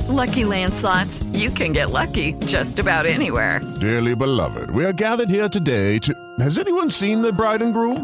Lucky Land Slots, you can get lucky just about anywhere. Dearly beloved, we are gathered here today to... Has anyone seen the bride and groom?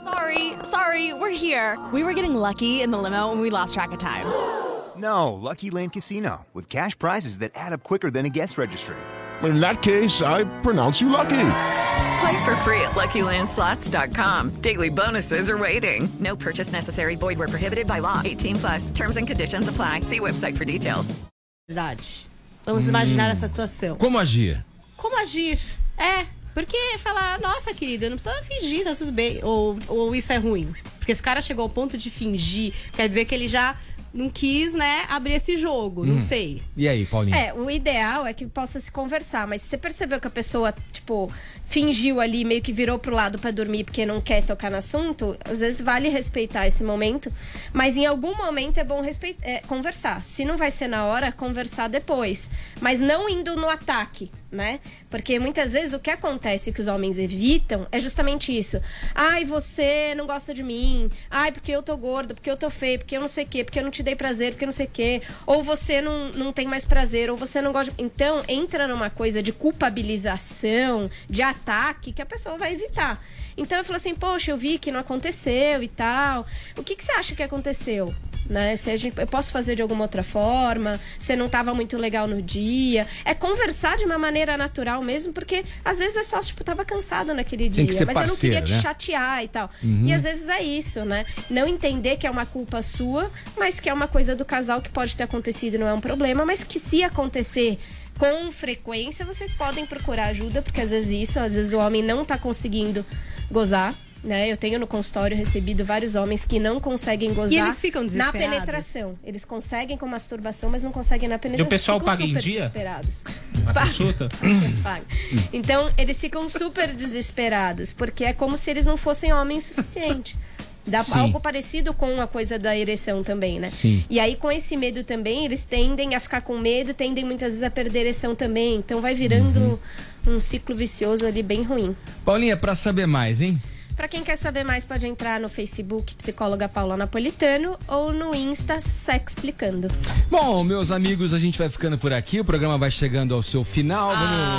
Sorry, we're here. We were getting lucky in the limo and we lost track of time. No, Lucky Land Casino, with cash prizes that add up quicker than a guest registry. In that case, I pronounce you lucky. Play for free at LuckyLandSlots.com. Daily bonuses are waiting. No purchase necessary. Void where prohibited by law. 18+. Terms and conditions apply. See website for details. Verdade. Vamos imaginar essa situação. Como agir? Como agir? Porque falar, nossa, querida, não precisa fingir, tá tudo bem. Ou isso é ruim. Porque esse cara chegou ao ponto de fingir, quer dizer que ele já não quis, né, abrir esse jogo, não sei. E aí, Paulinha? O ideal é que possa se conversar, mas se você percebeu que a pessoa, tipo, fingiu ali, meio que virou pro lado pra dormir porque não quer tocar no assunto, às vezes vale respeitar esse momento, mas em algum momento é bom conversar. Se não vai ser na hora, conversar depois, mas não indo no ataque, né? Porque muitas vezes o que acontece que os homens evitam é justamente isso. Ai, você não gosta de mim. Ai, porque eu tô gorda, porque eu tô feia, porque eu não sei o quê, porque eu não te dei prazer, porque eu não sei o quê. Ou você não tem mais prazer, ou você não gosta de... Então, entra numa coisa de culpabilização, de ataque, que a pessoa vai evitar. Então, eu falo assim, poxa, eu vi que não aconteceu e tal. O que você acha que aconteceu? Né? Eu posso fazer de alguma outra forma, você não estava muito legal no dia. É conversar de uma maneira natural mesmo, porque às vezes é só, tipo, tava cansado naquele dia, mas eu não queria te chatear e tal. E às vezes é isso, né? Não entender que é uma culpa sua, mas que é uma coisa do casal que pode ter acontecido e não é um problema, mas que se acontecer com frequência, vocês podem procurar ajuda, porque às vezes o homem não tá conseguindo gozar. Né? Eu tenho no consultório recebido vários homens que não conseguem gozar. E eles ficam desesperados? Na penetração. Eles conseguem com masturbação, mas não conseguem na penetração. E o pessoal paga em dia? Desesperados. Consulta? Paga. Então, eles ficam super desesperados, porque é como se eles não fossem homens suficiente. Dá algo parecido com a coisa da ereção também, né? Sim. E aí, com esse medo também, eles tendem a ficar com medo, tendem muitas vezes a perder a ereção também. Então, vai virando um ciclo vicioso ali bem ruim. Paulinha, pra saber mais, hein? Pra quem quer saber mais, pode entrar no Facebook Psicóloga Paula Napolitano ou no Insta Sexplicando. Bom, meus amigos, a gente vai ficando por aqui. O programa vai chegando ao seu final.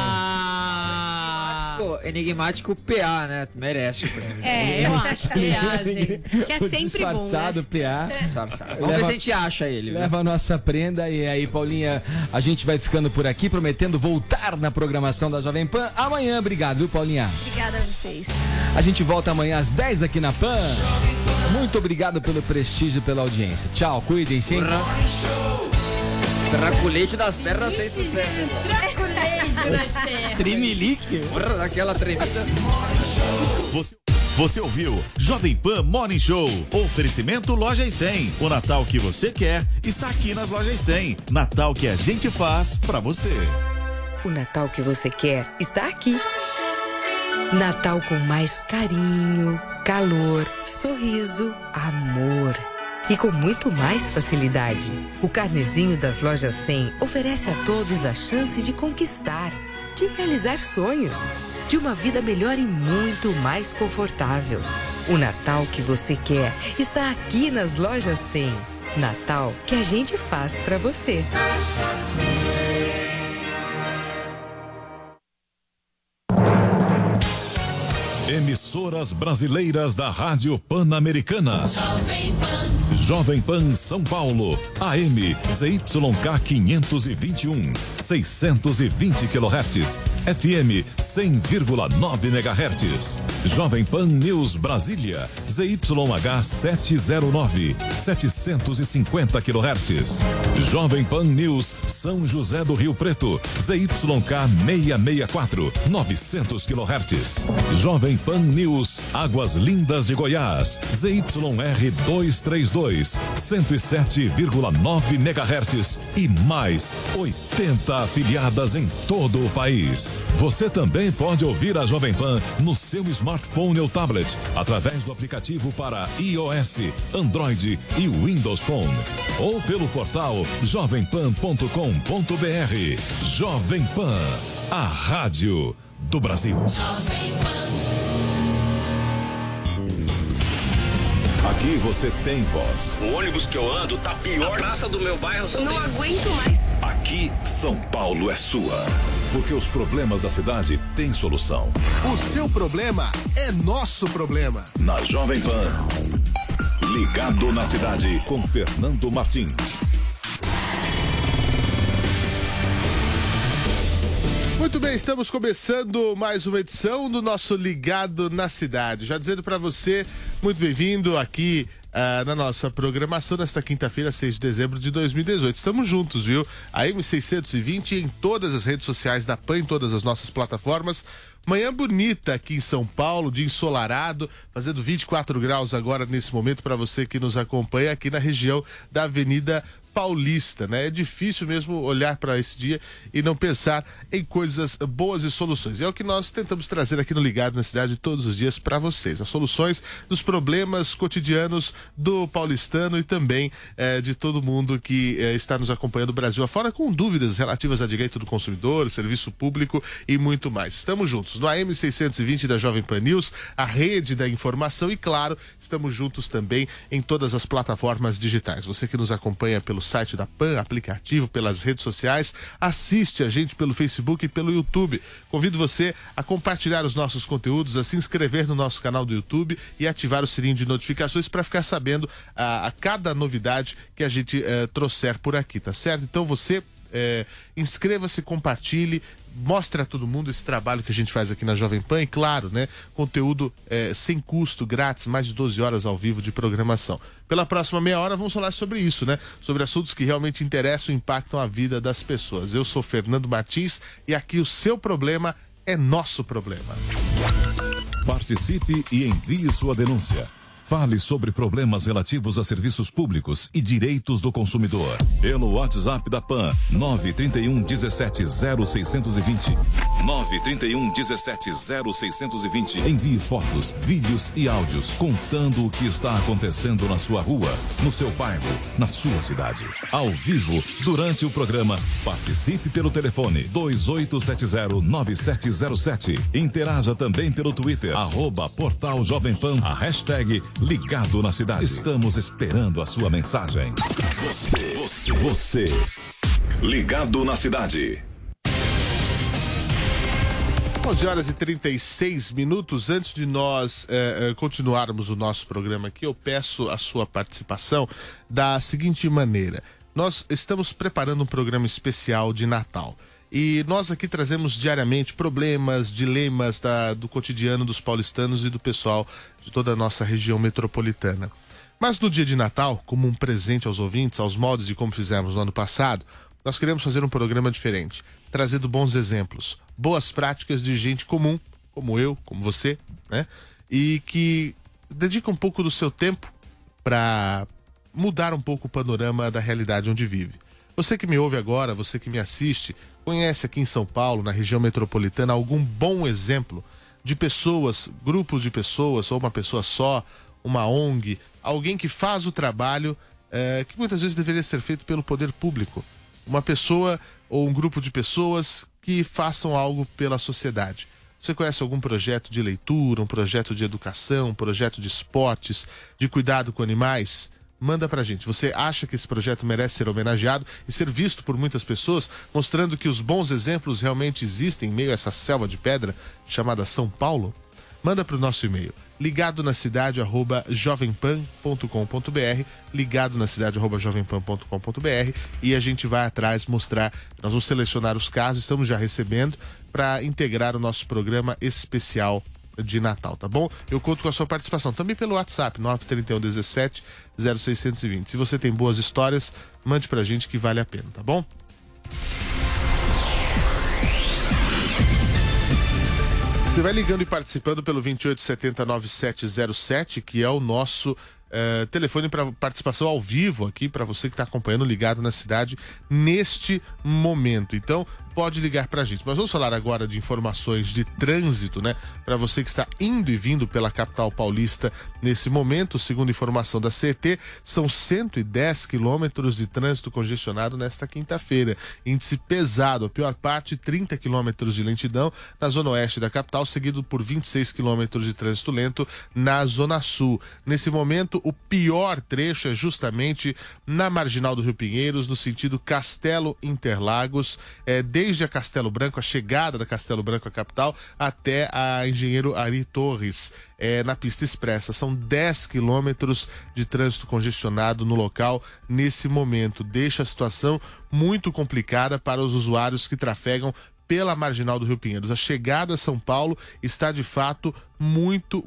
Enigmático PA, né? Merece o prêmio. Eu acho PA, gente. Que é sempre disfarçado, bom, né? PA. Vamos ver se a gente acha ele. Leva a nossa prenda. E aí, Paulinha, a gente vai ficando por aqui, prometendo voltar na programação da Jovem Pan amanhã. Obrigado, viu, Paulinha? Obrigada a vocês. A gente volta amanhã às 10 aqui na Pan. Muito obrigado pelo prestígio e pela audiência. Tchau, cuidem-se, hein? Draculete das pernas sem sucesso. Draculete das pernas. Trimelique. Porra, daquela tremida. Você ouviu Jovem Pan Morning Show. Oferecimento Lojas 100. O Natal que você quer está aqui nas Lojas 100. Natal que a gente faz pra você. O Natal que você quer está aqui. Natal com mais carinho, calor, sorriso, amor. E com muito mais facilidade. O carnezinho das Lojas 100 oferece a todos a chance de conquistar, de realizar sonhos, de uma vida melhor e muito mais confortável. O Natal que você quer está aqui nas Lojas 100. Natal que a gente faz pra você. Emissoras brasileiras da Rádio Pan-Americana. Jovem Pan São Paulo, AM ZYK 521, 620 kHz, FM 100,9 MHz. Jovem Pan News Brasília, ZYH 709, 750 kHz. Jovem Pan News São José do Rio Preto, ZYK 664, 900 kHz. Jovem Pan News Águas Lindas de Goiás, ZYR 232, 107,9 MHz e mais 80 afiliadas em todo o país. Você também pode ouvir a Jovem Pan no seu smartphone ou tablet através do aplicativo para iOS, Android e Windows Phone ou pelo portal jovempan.com.br. Jovem Pan, a rádio do Brasil. Aqui você tem voz. O ônibus que eu ando tá pior. A praça do meu bairro. Não aguento mais. Aqui, São Paulo é sua. Porque os problemas da cidade têm solução. O seu problema é nosso problema. Na Jovem Pan. Ligado na cidade com Fernando Martins. Muito bem, estamos começando mais uma edição do nosso Ligado na Cidade. Já dizendo para você, muito bem-vindo aqui na nossa programação nesta quinta-feira, 6 de dezembro de 2018. Estamos juntos, viu? A M620 em todas as redes sociais da PAN, em todas as nossas plataformas. Manhã bonita aqui em São Paulo, dia ensolarado, fazendo 24 graus agora nesse momento para você que nos acompanha aqui na região da Avenida Paulista, né? É difícil mesmo olhar para esse dia e não pensar em coisas boas e soluções. É o que nós tentamos trazer aqui no Ligado na Cidade todos os dias para vocês. As soluções dos problemas cotidianos do paulistano e também de todo mundo que está nos acompanhando do Brasil afora com dúvidas relativas a direito do consumidor, serviço público e muito mais. Estamos juntos no AM 620 da Jovem Pan News, a rede da informação e, claro, estamos juntos também em todas as plataformas digitais. Você que nos acompanha pelo site da PAN, aplicativo, pelas redes sociais, assiste a gente pelo Facebook e pelo YouTube. Convido você a compartilhar os nossos conteúdos, a se inscrever no nosso canal do YouTube e ativar o sininho de notificações para ficar sabendo a cada novidade que a gente trouxer por aqui, tá certo? Então você inscreva-se, compartilhe, mostre a todo mundo esse trabalho que a gente faz aqui na Jovem Pan e, claro, né, conteúdo sem custo, grátis, mais de 12 horas ao vivo de programação. Pela próxima meia hora vamos falar sobre isso, né? Sobre assuntos que realmente interessam e impactam a vida das pessoas. Eu sou Fernando Martins e aqui o seu problema é nosso problema. Participe e envie sua denúncia. Fale sobre problemas relativos a serviços públicos e direitos do consumidor. Pelo WhatsApp da PAN, 931 17 0620. 931 17 0620. Envie fotos, vídeos e áudios contando o que está acontecendo na sua rua, no seu bairro, na sua cidade. Ao vivo, durante o programa, participe pelo telefone 2870-9707. Interaja também pelo Twitter, @Portal Jovem Pan, a hashtag Ligado na Cidade. Estamos esperando a sua mensagem. Você. Ligado na Cidade. 11 horas e 36 minutos. Antes de nós continuarmos o nosso programa aqui, eu peço a sua participação da seguinte maneira. Nós estamos preparando um programa especial de Natal. E nós aqui trazemos diariamente problemas, dilemas do cotidiano dos paulistanos e do pessoal de toda a nossa região metropolitana. Mas no dia de Natal, como um presente aos ouvintes, aos moldes de como fizemos no ano passado, nós queremos fazer um programa diferente, trazendo bons exemplos, boas práticas de gente comum, como eu, como você, né? E que dedica um pouco do seu tempo para mudar um pouco o panorama da realidade onde vive. Você que me ouve agora, você que me assiste, conhece aqui em São Paulo, na região metropolitana, algum bom exemplo de pessoas, grupos de pessoas, ou uma pessoa só, uma ONG, alguém que faz o trabalho que muitas vezes deveria ser feito pelo poder público. Uma pessoa ou um grupo de pessoas que façam algo pela sociedade. Você conhece algum projeto de leitura, um projeto de educação, um projeto de esportes, de cuidado com animais? Manda pra gente. Você acha que esse projeto merece ser homenageado e ser visto por muitas pessoas, mostrando que os bons exemplos realmente existem em meio a essa selva de pedra chamada São Paulo? Manda pro nosso e-mail, ligadonacidade@jovempan.com.br, ligadonacidade@jovempan.com.br, e a gente vai atrás mostrar, nós vamos selecionar os casos, estamos já recebendo, para integrar o nosso programa especial de Natal, tá bom? Eu conto com a sua participação também pelo WhatsApp 931 17 0620. Se você tem boas histórias, mande pra gente que vale a pena, tá bom? Você vai ligando e participando pelo 2870-9707, que é o nosso telefone para participação ao vivo aqui, para você que está acompanhando Ligado na Cidade neste momento. Então, pode ligar pra gente. Mas vamos falar agora de informações de trânsito, né? Para você que está indo e vindo pela capital paulista nesse momento, segundo informação da CET, são 110 quilômetros de trânsito congestionado nesta quinta-feira. Índice pesado, a pior parte, 30 quilômetros de lentidão na zona oeste da capital, seguido por 26 quilômetros de trânsito lento na zona sul. Nesse momento, o pior trecho é justamente na marginal do Rio Pinheiros, no sentido Castelo Interlagos, desde a Castelo Branco, a chegada da Castelo Branco à capital, até a Engenheiro Ari Torres, na pista expressa. São 10 quilômetros de trânsito congestionado no local nesse momento. Deixa a situação muito complicada para os usuários que trafegam pela marginal do Rio Pinheiros. A chegada a São Paulo está de fato muito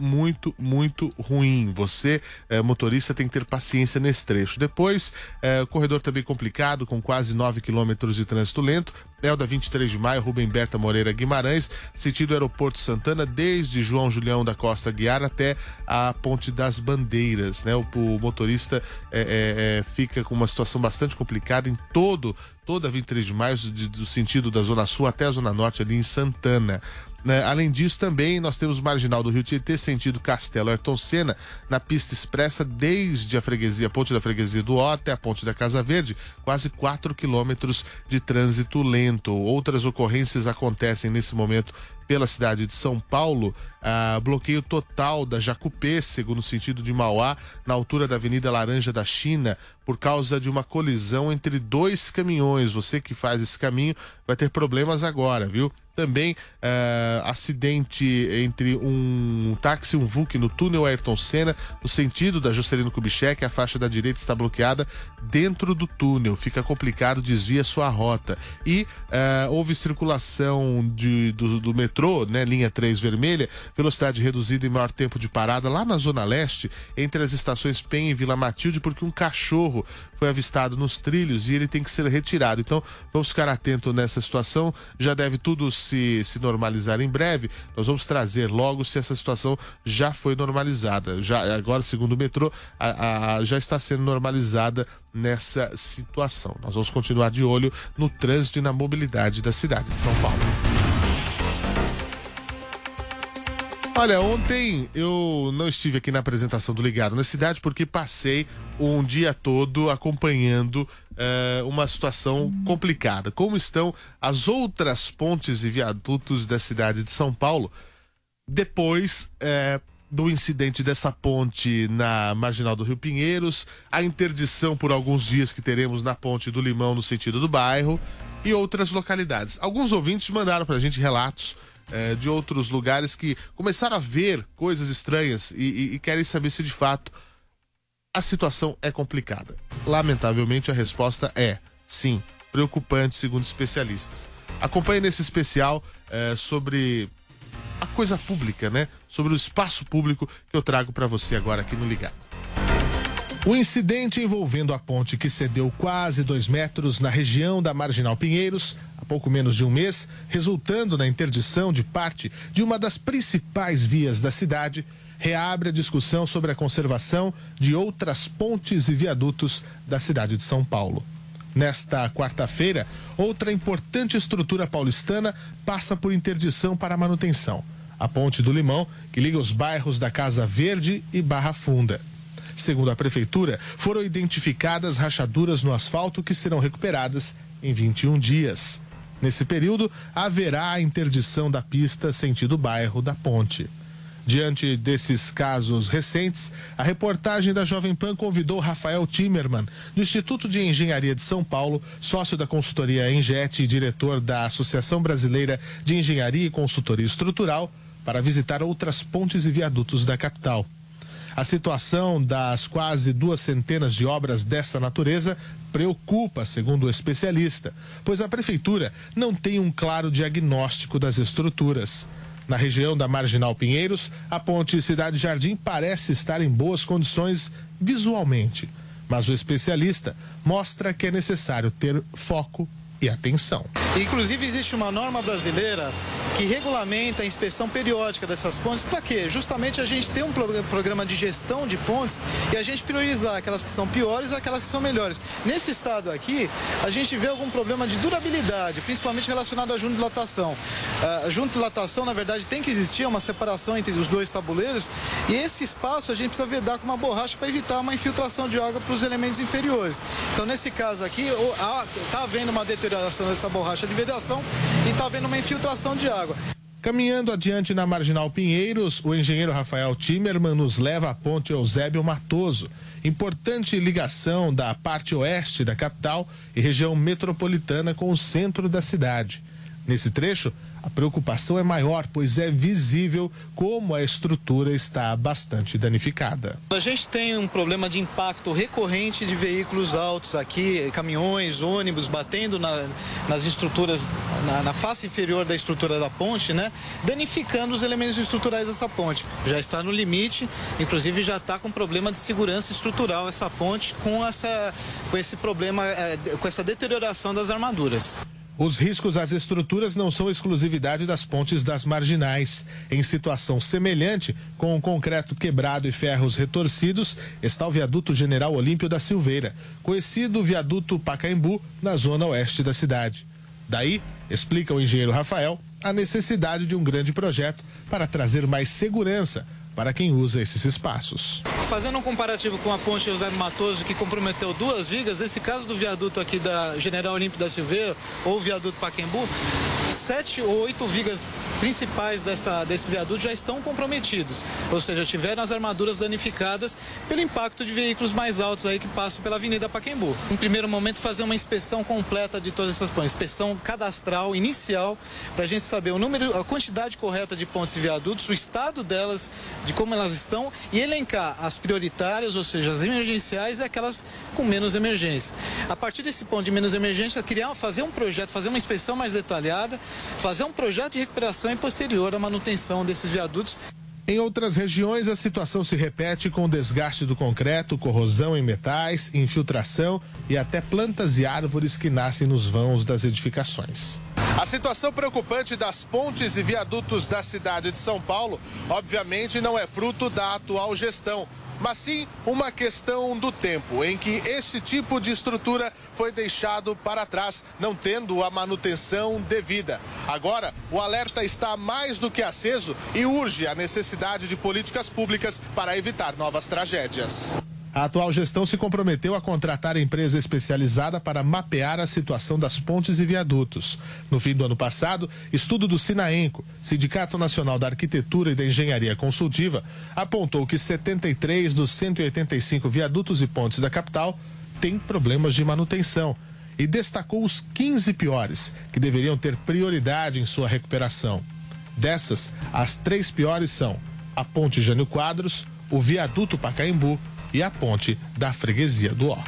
ruim. Você, motorista, tem que ter paciência nesse trecho. Depois, o corredor também complicado, com quase 9 quilômetros de trânsito lento, é o da 23 de maio, Rubem Berta Moreira Guimarães, sentido Aeroporto Santana, desde João Julião da Costa Guiar até a Ponte das Bandeiras, né? O motorista fica com uma situação bastante complicada em toda a 23 de maio, do sentido da Zona Sul até a Zona Norte, ali em Santana. Além disso, também nós temos marginal do Rio Tietê, sentido Castelo Ayrton Senna, na pista expressa desde a ponte da freguesia do Ó até a ponte da Casa Verde, quase 4 quilômetros de trânsito lento. Outras ocorrências acontecem nesse momento pela cidade de São Paulo. Bloqueio total da Jacupé, segundo sentido de Mauá, na altura da Avenida Laranja da China, por causa de uma colisão entre dois caminhões. Você que faz esse caminho vai ter problemas agora, viu? Também acidente entre um táxi e um Vulk no túnel Ayrton Senna, no sentido da Juscelino Kubitschek. A faixa da direita está bloqueada dentro do túnel, fica complicado, desvia sua rota. E houve circulação do metrô, né, linha 3 vermelha, velocidade reduzida e maior tempo de parada lá na Zona Leste, entre as estações Penha e Vila Matilde, porque um cachorro foi avistado nos trilhos e ele tem que ser retirado. Então, vamos ficar atento nessa situação. Já deve tudo se normalizar em breve. Nós vamos trazer logo se essa situação já foi normalizada. Agora, segundo o metrô, já está sendo normalizada nessa situação. Nós vamos continuar de olho no trânsito e na mobilidade da cidade de São Paulo. Olha, ontem eu não estive aqui na apresentação do Ligado na Cidade porque passei um dia todo acompanhando uma situação complicada. Como estão as outras pontes e viadutos da cidade de São Paulo depois do incidente dessa ponte na marginal do Rio Pinheiros, a interdição por alguns dias que teremos na ponte do Limão no sentido do bairro e outras localidades. Alguns ouvintes mandaram pra gente relatos de outros lugares que começaram a ver coisas estranhas e querem saber se de fato a situação é complicada. Lamentavelmente a resposta é sim, preocupante segundo especialistas. Acompanhe nesse especial sobre a coisa pública, né? Sobre o espaço público que eu trago para você agora aqui no Ligado. O incidente envolvendo a ponte que cedeu quase 2 metros na região da Marginal Pinheiros, há pouco menos de um mês, resultando na interdição de parte de uma das principais vias da cidade, reabre a discussão sobre a conservação de outras pontes e viadutos da cidade de São Paulo. Nesta quarta-feira, outra importante estrutura paulistana passa por interdição para manutenção. A Ponte do Limão, que liga os bairros da Casa Verde e Barra Funda. Segundo a Prefeitura, foram identificadas rachaduras no asfalto que serão recuperadas em 21 dias. Nesse período, haverá a interdição da pista sentido bairro da ponte. Diante desses casos recentes, a reportagem da Jovem Pan convidou Rafael Timerman, do Instituto de Engenharia de São Paulo, sócio da consultoria Enget e diretor da Associação Brasileira de Engenharia e Consultoria Estrutural, para visitar outras pontes e viadutos da capital. A situação das quase 200 de obras dessa natureza preocupa, segundo o especialista, pois a Prefeitura não tem um claro diagnóstico das estruturas. Na região da Marginal Pinheiros, a ponte Cidade Jardim parece estar em boas condições visualmente, mas o especialista mostra que é necessário ter foco e atenção. Inclusive existe uma norma brasileira que regulamenta a inspeção periódica dessas pontes. Para quê? Justamente a gente tem um programa de gestão de pontes e a gente priorizar aquelas que são piores e aquelas que são melhores. Nesse estado aqui, a gente vê algum problema de durabilidade, principalmente relacionado à junta-dilatação. A junta-dilatação, na verdade, tem que existir uma separação entre os dois tabuleiros e esse espaço a gente precisa vedar com uma borracha para evitar uma infiltração de água para os elementos inferiores. Então, nesse caso aqui, está havendo uma deterioração dessa borracha de vedação e está havendo uma infiltração de água. Caminhando adiante na Marginal Pinheiros, o engenheiro Rafael Timerman nos leva à ponte Eusébio Matoso, importante ligação da parte oeste da capital e região metropolitana com o centro da cidade. Nesse trecho, a preocupação é maior, pois é visível como a estrutura está bastante danificada. A gente tem um problema de impacto recorrente de veículos altos aqui, caminhões, ônibus, batendo nas estruturas, na face inferior da estrutura da ponte, né? Danificando os elementos estruturais dessa ponte. Já está no limite, inclusive já está com problema de segurança estrutural essa ponte com esse problema, com essa deterioração das armaduras. Os riscos às estruturas não são exclusividade das pontes das marginais. Em situação semelhante, com o concreto quebrado e ferros retorcidos, está o viaduto General Olímpio da Silveira, conhecido viaduto Pacaembu, na zona oeste da cidade. Daí, explica o engenheiro Rafael, a necessidade de um grande projeto para trazer mais segurança para quem usa esses espaços. Fazendo um comparativo com a ponte Eusébio Matoso, que comprometeu 2 vigas, esse caso do viaduto aqui da General Olímpio da Silveira, ou viaduto Pacaembu, 7 ou 8 vigas principais desse viaduto já estão comprometidos, ou seja, tiveram as armaduras danificadas pelo impacto de veículos mais altos aí que passam pela Avenida Pacaembu. Em primeiro momento, fazer uma inspeção completa de todas essas pontes, inspeção cadastral, inicial, para a gente saber a quantidade correta de pontes e viadutos, o estado delas, de como elas estão, e elencar as prioritárias, ou seja, as emergenciais e aquelas com menos emergência. A partir desse ponto de menos emergência, fazer um projeto, fazer uma inspeção mais detalhada, fazer um projeto de recuperação e posterior à manutenção desses viadutos. Em outras regiões, a situação se repete com o desgaste do concreto, corrosão em metais, infiltração e até plantas e árvores que nascem nos vãos das edificações. A situação preocupante das pontes e viadutos da cidade de São Paulo, obviamente, não é fruto da atual gestão, mas sim uma questão do tempo em que esse tipo de estrutura foi deixado para trás, não tendo a manutenção devida. Agora, o alerta está mais do que aceso e urge a necessidade de políticas públicas para evitar novas tragédias. A atual gestão se comprometeu a contratar empresa especializada para mapear a situação das pontes e viadutos. No fim do ano passado, estudo do Sinaenco, Sindicato Nacional da Arquitetura e da Engenharia Consultiva, apontou que 73 dos 185 viadutos e pontes da capital têm problemas de manutenção e destacou os 15 piores, que deveriam ter prioridade em sua recuperação. Dessas, as 3 piores são a Ponte Jânio Quadros, o viaduto Pacaembu e a ponte da Freguesia do Ó.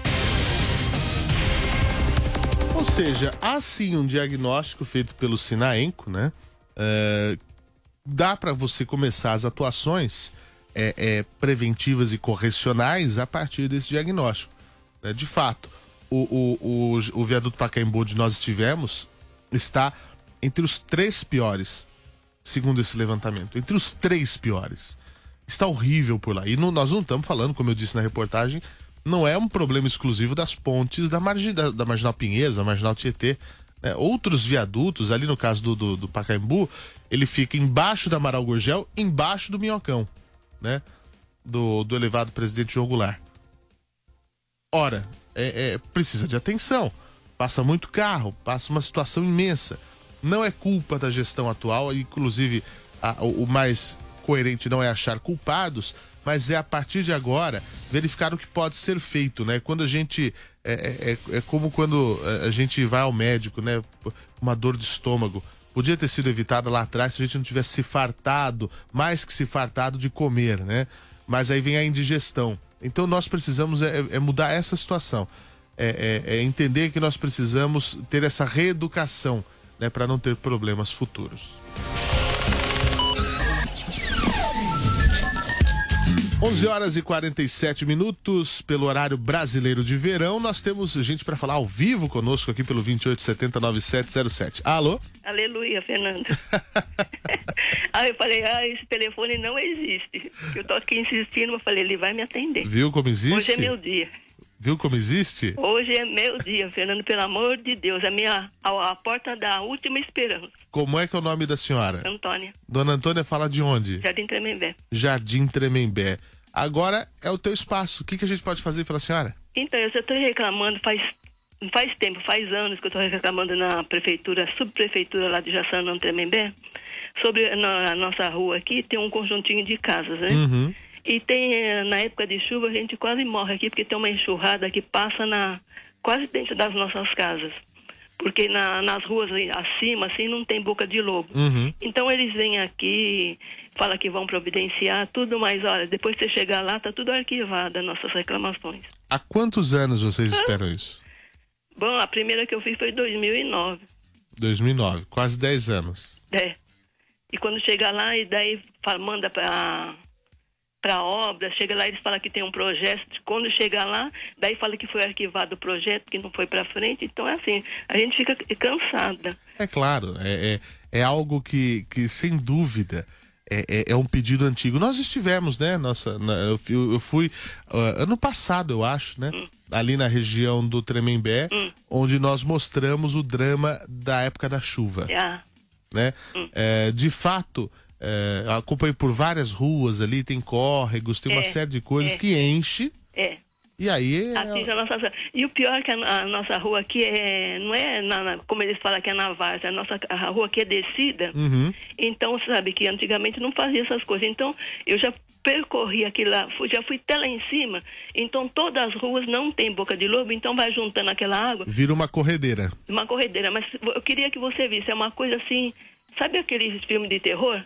Ou seja, há sim um diagnóstico feito pelo Sinaenco, né? Dá para você começar as atuações preventivas e correcionais a partir desse diagnóstico. De fato, o viaduto Pacaembu onde nós estivemos está entre os 3 piores, segundo esse levantamento, entre os 3 piores. Está horrível por lá. E nós não estamos falando, como eu disse na reportagem, não é um problema exclusivo das pontes da Marginal Pinheiros, da Marginal Tietê. Outros viadutos, ali no caso do Pacaembu, ele fica embaixo da Amaral Gurgel, embaixo do Minhocão, né? Do elevado Presidente João Goulart. Ora, precisa de atenção. Passa muito carro, passa uma situação imensa. Não é culpa da gestão atual, inclusive o mais coerente não é achar culpados, mas é a partir de agora verificar o que pode ser feito, né? Quando a gente é como quando a gente vai ao médico, né? Uma dor de estômago podia ter sido evitada lá atrás se a gente não tivesse se fartado, mais que se fartado de comer, né? Mas aí vem a indigestão. Então nós precisamos mudar essa situação, entender que nós precisamos ter essa reeducação, né? Para não ter problemas futuros. 11 horas e 47 minutos, pelo horário brasileiro de verão. Nós temos gente para falar ao vivo conosco aqui pelo 2870-9707. Alô? Aleluia, Fernando. Aí eu falei, esse telefone não existe. Eu tô aqui insistindo, eu falei, ele vai me atender. Viu como existe? Hoje é meu dia. Viu como existe? Hoje é meu dia, Fernando, pelo amor de Deus. A porta da última esperança. Como é que é o nome da senhora? Antônia. Dona Antônia fala de onde? Jardim Tremembé. Jardim Tremembé. Agora é o teu espaço. O que a gente pode fazer pela senhora? Então, eu já estou reclamando faz tempo, faz anos que eu estou reclamando na prefeitura, subprefeitura lá de Jaçanã, Tremembé, sobre na nossa rua aqui, tem um conjuntinho de casas, né? Uhum. E tem, na época de chuva, a gente quase morre aqui, porque tem uma enxurrada que passa quase dentro das nossas casas. Porque nas ruas acima, assim, não tem boca de lobo. Uhum. Então eles vêm aqui, falam que vão providenciar tudo, mas olha, depois que você chegar lá, tá tudo arquivado, as nossas reclamações. Há quantos anos vocês esperam isso? Bom, a primeira que eu fiz foi em 2009. 2009, quase 10 anos. É. E quando chega lá, e daí manda pra obra, chega lá, eles falam que tem um projeto, quando chega lá, daí fala que foi arquivado o projeto, que não foi pra frente, então é assim, a gente fica cansada. É claro, é algo que sem dúvida é um pedido antigo. Nós estivemos, né, eu fui ano passado, eu acho, né, ali na região do Tremembé, onde nós mostramos o drama da época da chuva, né, de fato. Acompanhei por várias ruas ali, tem córregos, tem uma série de coisas que enche. E aí... E o pior é que a nossa rua aqui não é, como eles falam que é na várzea, a rua aqui é descida. Uhum. Então, sabe, que antigamente não fazia essas coisas. Então, eu já percorri aqui lá, já fui até lá em cima. Então, todas as ruas não tem boca de lobo, então vai juntando aquela água. Vira uma corredeira. Uma corredeira, mas eu queria que você visse, é uma coisa assim, sabe aqueles filmes de terror?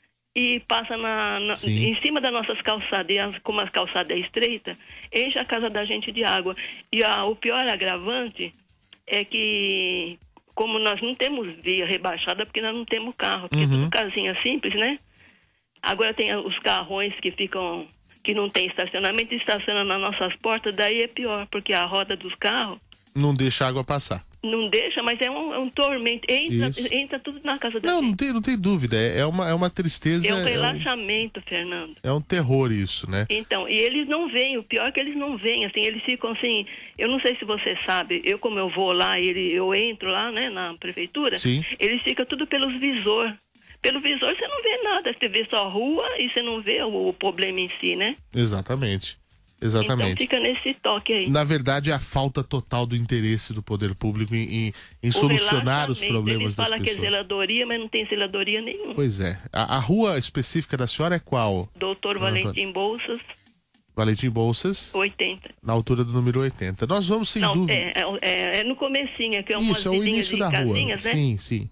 E passa em cima das nossas calçadas, e como a calçada é estreita, enche a casa da gente de água. E o pior agravante é que, como nós não temos via rebaixada, porque nós não temos carro, porque é tudo casinha simples, né? Agora tem os carrões que não tem estacionamento, estacionam nas nossas portas, daí é pior, porque a roda dos carros... Não deixa a água passar. Não deixa, mas é um tormento. Entra tudo na casa da gente. Não tem dúvida. É uma tristeza. É um relaxamento, Fernando. É um terror isso, né? Então, e eles não vêm. O pior é que eles não vêm. Assim, eles ficam assim. Eu não sei se você sabe. Como eu vou lá, eu entro lá, né, na prefeitura. Sim. Eles ficam tudo pelos visor. Pelo visor você não vê nada. Você vê só a rua e você não vê o problema em si, né? Exatamente. Então fica nesse toque aí. Na verdade, é a falta total do interesse do poder público em solucionar os problemas das pessoas. Eles falam que é zeladoria, mas não tem zeladoria nenhuma. Pois é. A rua específica da senhora é qual? Doutor Valentim Bolsas. Valentim Bolsas. 80. Na altura do número 80. Nós vamos sem dúvida. É no comecinho, que é umas Isso, é o início da rua. Casinhas, né? Sim.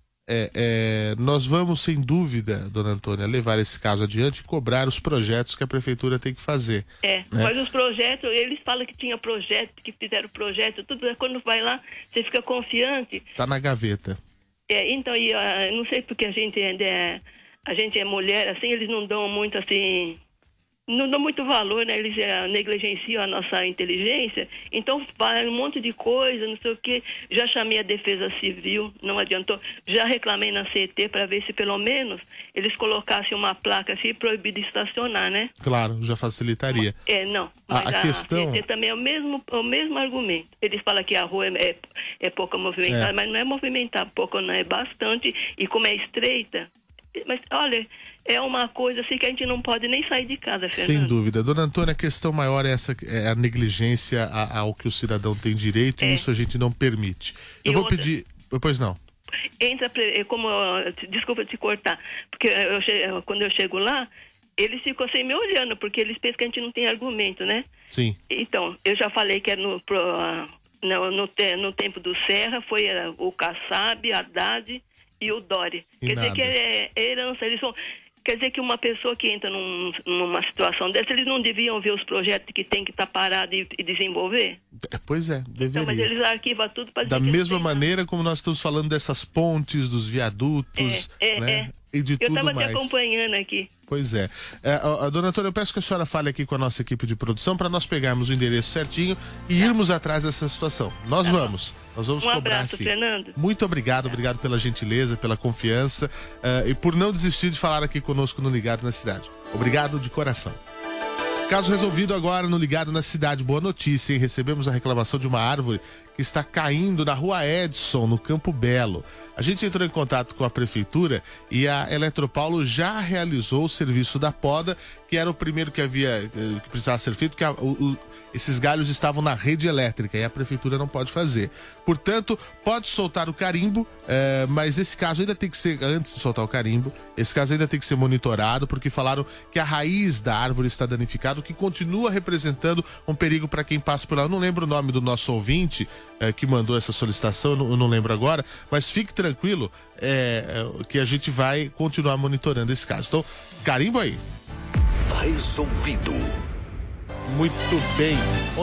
Nós vamos, sem dúvida, dona Antônia, levar esse caso adiante e cobrar os projetos que a prefeitura tem que fazer. Né? Mas os projetos, eles falam que tinha projeto, que fizeram projeto, tudo, quando vai lá, você fica confiante. Tá na gaveta. Então, não sei porque a gente é mulher, assim, eles não dão muito, assim... Não dão muito valor, né? Eles negligenciam a nossa inteligência. Então, vai um monte de coisa, não sei o quê. Já chamei a Defesa Civil, não adiantou. Já reclamei na CET para ver se, pelo menos, eles colocassem uma placa assim, proibido de estacionar, né? Claro, já facilitaria. Não. Mas a questão... CET também é o mesmo argumento. Eles falam que a rua é pouco movimentada, mas não é movimentada, pouco não, é bastante. E como é estreita... Mas, olha, é uma coisa assim que a gente não pode nem sair de casa, Fernando. Sem dúvida. Dona Antônia, a questão maior é a negligência ao que o cidadão tem direito e isso a gente não permite. Eu vou pedir... Pois não. Desculpa te cortar, porque quando eu chego lá, eles ficam assim me olhando, porque eles pensam que a gente não tem argumento, né? Sim. Então, eu já falei que era no tempo do Serra, foi o Kassab, Haddad... E o Dória. Quer dizer que é herança. Quer dizer que uma pessoa que entra numa situação dessa, eles não deviam ver os projetos que tem que estar parado e desenvolver? Pois é, deveria. Então, mas eles arquivam tudo para da mesma maneira como nós estamos falando dessas pontes, dos viadutos, né? e de tudo mais. Eu estava te acompanhando aqui. Pois é. Dona Antônia, eu peço que a senhora fale aqui com a nossa equipe de produção para nós pegarmos o endereço certinho e irmos atrás dessa situação. Nós vamos cobrar, abraço, sim. Fernando. Muito obrigado pela gentileza, pela confiança e por não desistir de falar aqui conosco no Ligado na Cidade. Obrigado de coração. Caso resolvido agora no Ligado na Cidade. Boa notícia, hein? Recebemos a reclamação de uma árvore que está caindo na Rua Edson, no Campo Belo. A gente entrou em contato com a prefeitura e a Eletropaulo já realizou o serviço da poda, que era o primeiro que precisava ser feito, que esses galhos estavam na rede elétrica e a prefeitura não pode fazer. Portanto, pode soltar o carimbo, mas esse caso ainda tem que ser, antes de soltar o carimbo, esse caso ainda tem que ser monitorado, porque falaram que a raiz da árvore está danificada, o que continua representando um perigo para quem passa por lá. Eu não lembro o nome do nosso ouvinte que mandou essa solicitação, eu não lembro agora, mas fique tranquilo que a gente vai continuar monitorando esse caso. Então, carimbo aí. Resolvido. Muito bem,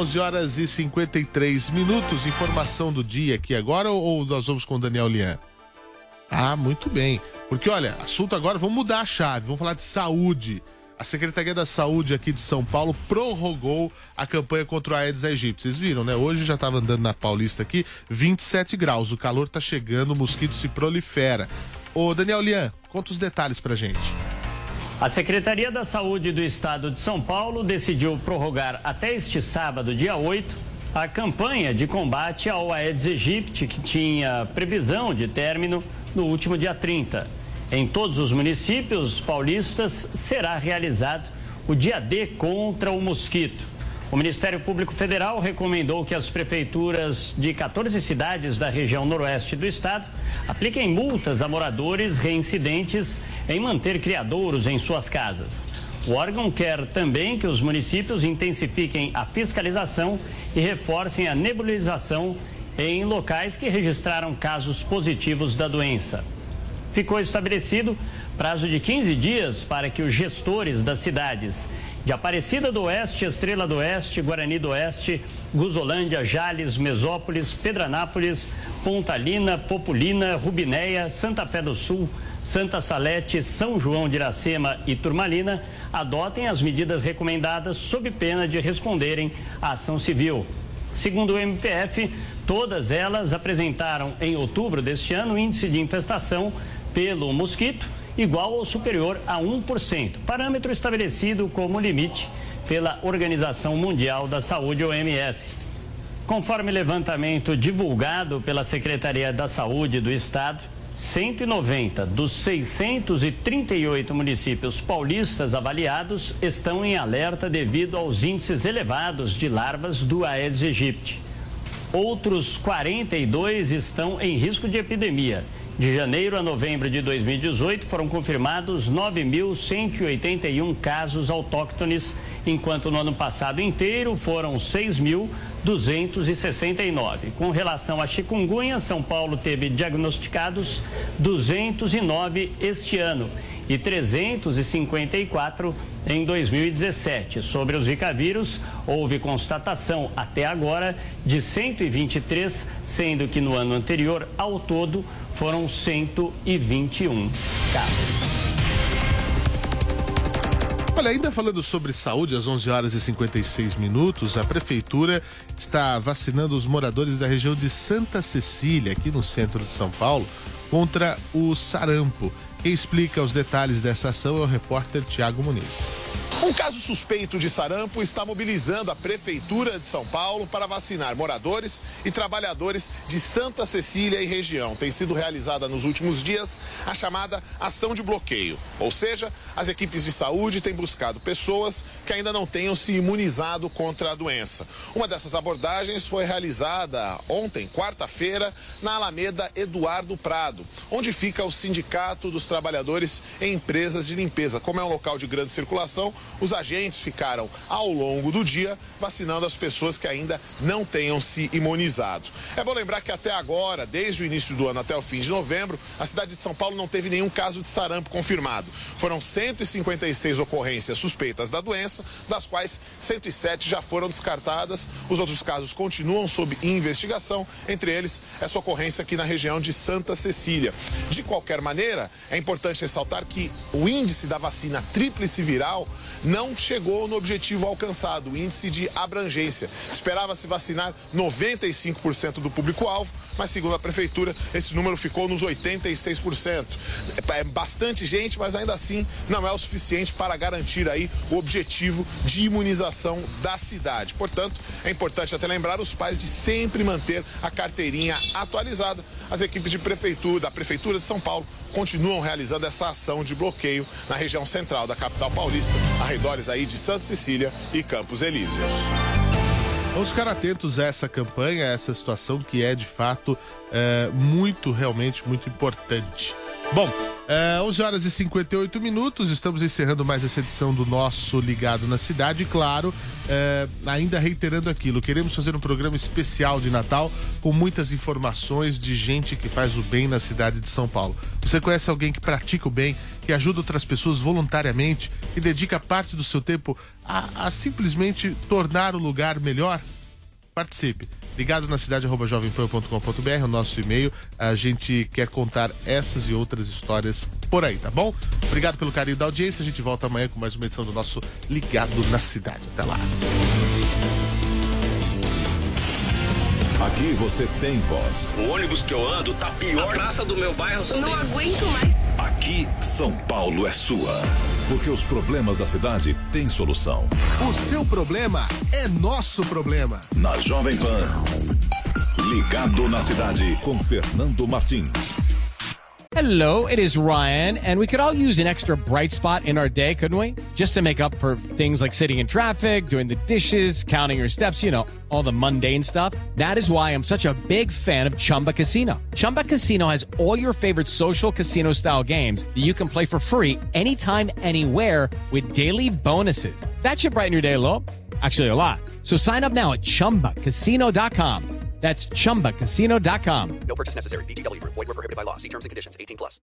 11h53, informação do dia aqui agora ou nós vamos com o Daniel Lian? Ah, muito bem, porque olha, assunto agora, vamos mudar a chave, vamos falar de saúde. A Secretaria da Saúde aqui de São Paulo prorrogou a campanha contra o Aedes aegypti. Vocês viram, né? Hoje já estava andando na Paulista aqui, 27 graus, o calor está chegando, o mosquito se prolifera. Ô Daniel Lian, conta os detalhes pra gente. A Secretaria da Saúde do Estado de São Paulo decidiu prorrogar até este sábado, dia 8, a campanha de combate ao Aedes aegypti, que tinha previsão de término no último dia 30. Em todos os municípios paulistas será realizado o dia D contra o mosquito. O Ministério Público Federal recomendou que as prefeituras de 14 cidades da região noroeste do estado apliquem multas a moradores reincidentes em manter criadouros em suas casas. O órgão quer também que os municípios intensifiquem a fiscalização e reforcem a nebulização em locais que registraram casos positivos da doença. Ficou estabelecido prazo de 15 dias para que os gestores das cidades de Aparecida do Oeste, Estrela do Oeste, Guarani do Oeste, Guzolândia, Jales, Mesópolis, Pedranápolis, Pontalina, Populina, Rubinéia, Santa Fé do Sul, Santa Salete, São João de Iracema e Turmalina adotem as medidas recomendadas sob pena de responderem à ação civil. Segundo o MPF, todas elas apresentaram em outubro deste ano índice de infestação pelo mosquito igual ou superior a 1%, parâmetro estabelecido como limite pela Organização Mundial da Saúde, OMS. Conforme levantamento divulgado pela Secretaria da Saúde do Estado, 190 dos 638 municípios paulistas avaliados estão em alerta devido aos índices elevados de larvas do Aedes aegypti. Outros 42 estão em risco de epidemia. De janeiro a novembro de 2018, foram confirmados 9.181 casos autóctones, enquanto no ano passado inteiro foram 6.269. Com relação à chikungunya, São Paulo teve diagnosticados 209 este ano e 354 em 2017. Sobre o Zika vírus, houve constatação até agora de 123, sendo que no ano anterior, ao todo, foram 121 casos. Olha, ainda falando sobre saúde, às 11h56, a Prefeitura está vacinando os moradores da região de Santa Cecília, aqui no centro de São Paulo, contra o sarampo. Quem explica os detalhes dessa ação é o repórter Tiago Muniz. Um caso suspeito de sarampo está mobilizando a Prefeitura de São Paulo para vacinar moradores e trabalhadores de Santa Cecília e região. Tem sido realizada nos últimos dias a chamada ação de bloqueio. Ou seja, as equipes de saúde têm buscado pessoas que ainda não tenham se imunizado contra a doença. Uma dessas abordagens foi realizada ontem, quarta-feira, na Alameda Eduardo Prado, onde fica o Sindicato dos Trabalhadores em Empresas de Limpeza. Como é um local de grande circulação, os agentes ficaram ao longo do dia vacinando as pessoas que ainda não tenham se imunizado. É bom lembrar que até agora, desde o início do ano até o fim de novembro, a cidade de São Paulo não teve nenhum caso de sarampo confirmado. Foram 156 ocorrências suspeitas da doença, das quais 107 já foram descartadas. Os outros casos continuam sob investigação, entre eles essa ocorrência aqui na região de Santa Cecília. De qualquer maneira, é importante ressaltar que o índice da vacina tríplice viral não chegou no objetivo alcançado, o índice de abrangência. Esperava-se vacinar 95% do público-alvo, mas segundo a prefeitura, esse número ficou nos 86%. É bastante gente, mas ainda assim não é o suficiente para garantir aí o objetivo de imunização da cidade. Portanto, é importante até lembrar os pais de sempre manter a carteirinha atualizada. As equipes da Prefeitura de São Paulo continuam realizando essa ação de bloqueio na região central da capital paulista, arredores aí de Santa Cecília e Campos Elíseos. Vamos ficar atentos a essa campanha, a essa situação que é de fato realmente muito importante. Bom, 11 horas e 58 minutos, estamos encerrando mais essa edição do nosso Ligado na Cidade. E claro, ainda reiterando aquilo, queremos fazer um programa especial de Natal com muitas informações de gente que faz o bem na cidade de São Paulo. Você conhece alguém que pratica o bem, que ajuda outras pessoas voluntariamente e dedica parte do seu tempo a simplesmente tornar o lugar melhor? Participe. Ligado na cidade@jovempan.com.br, é o nosso e-mail. A gente quer contar essas e outras histórias por aí, tá bom? Obrigado pelo carinho da audiência. A gente volta amanhã com mais uma edição do nosso Ligado na Cidade. Até lá. Aqui você tem voz. O ônibus que eu ando tá pior. A praça do meu bairro não aguento mais. Aqui, São Paulo é sua. Porque os problemas da cidade têm solução. O seu problema é nosso problema. Na Jovem Pan. Ligado na Cidade com Fernando Martins. Hello, it is Ryan, and we could all use an extra bright spot in our day, couldn't we? Just to make up for things like sitting in traffic, doing the dishes, counting your steps, you know, all the mundane stuff. That is why I'm such a big fan of Chumba Casino. Chumba Casino has all your favorite social casino-style games that you can play for free anytime, anywhere with daily bonuses. That should brighten your day a little. Actually, a lot. So sign up now at ChumbaCasino.com. That's ChumbaCasino.com. No purchase necessary. VGW Group. Void where prohibited by law. See terms and conditions. 18+.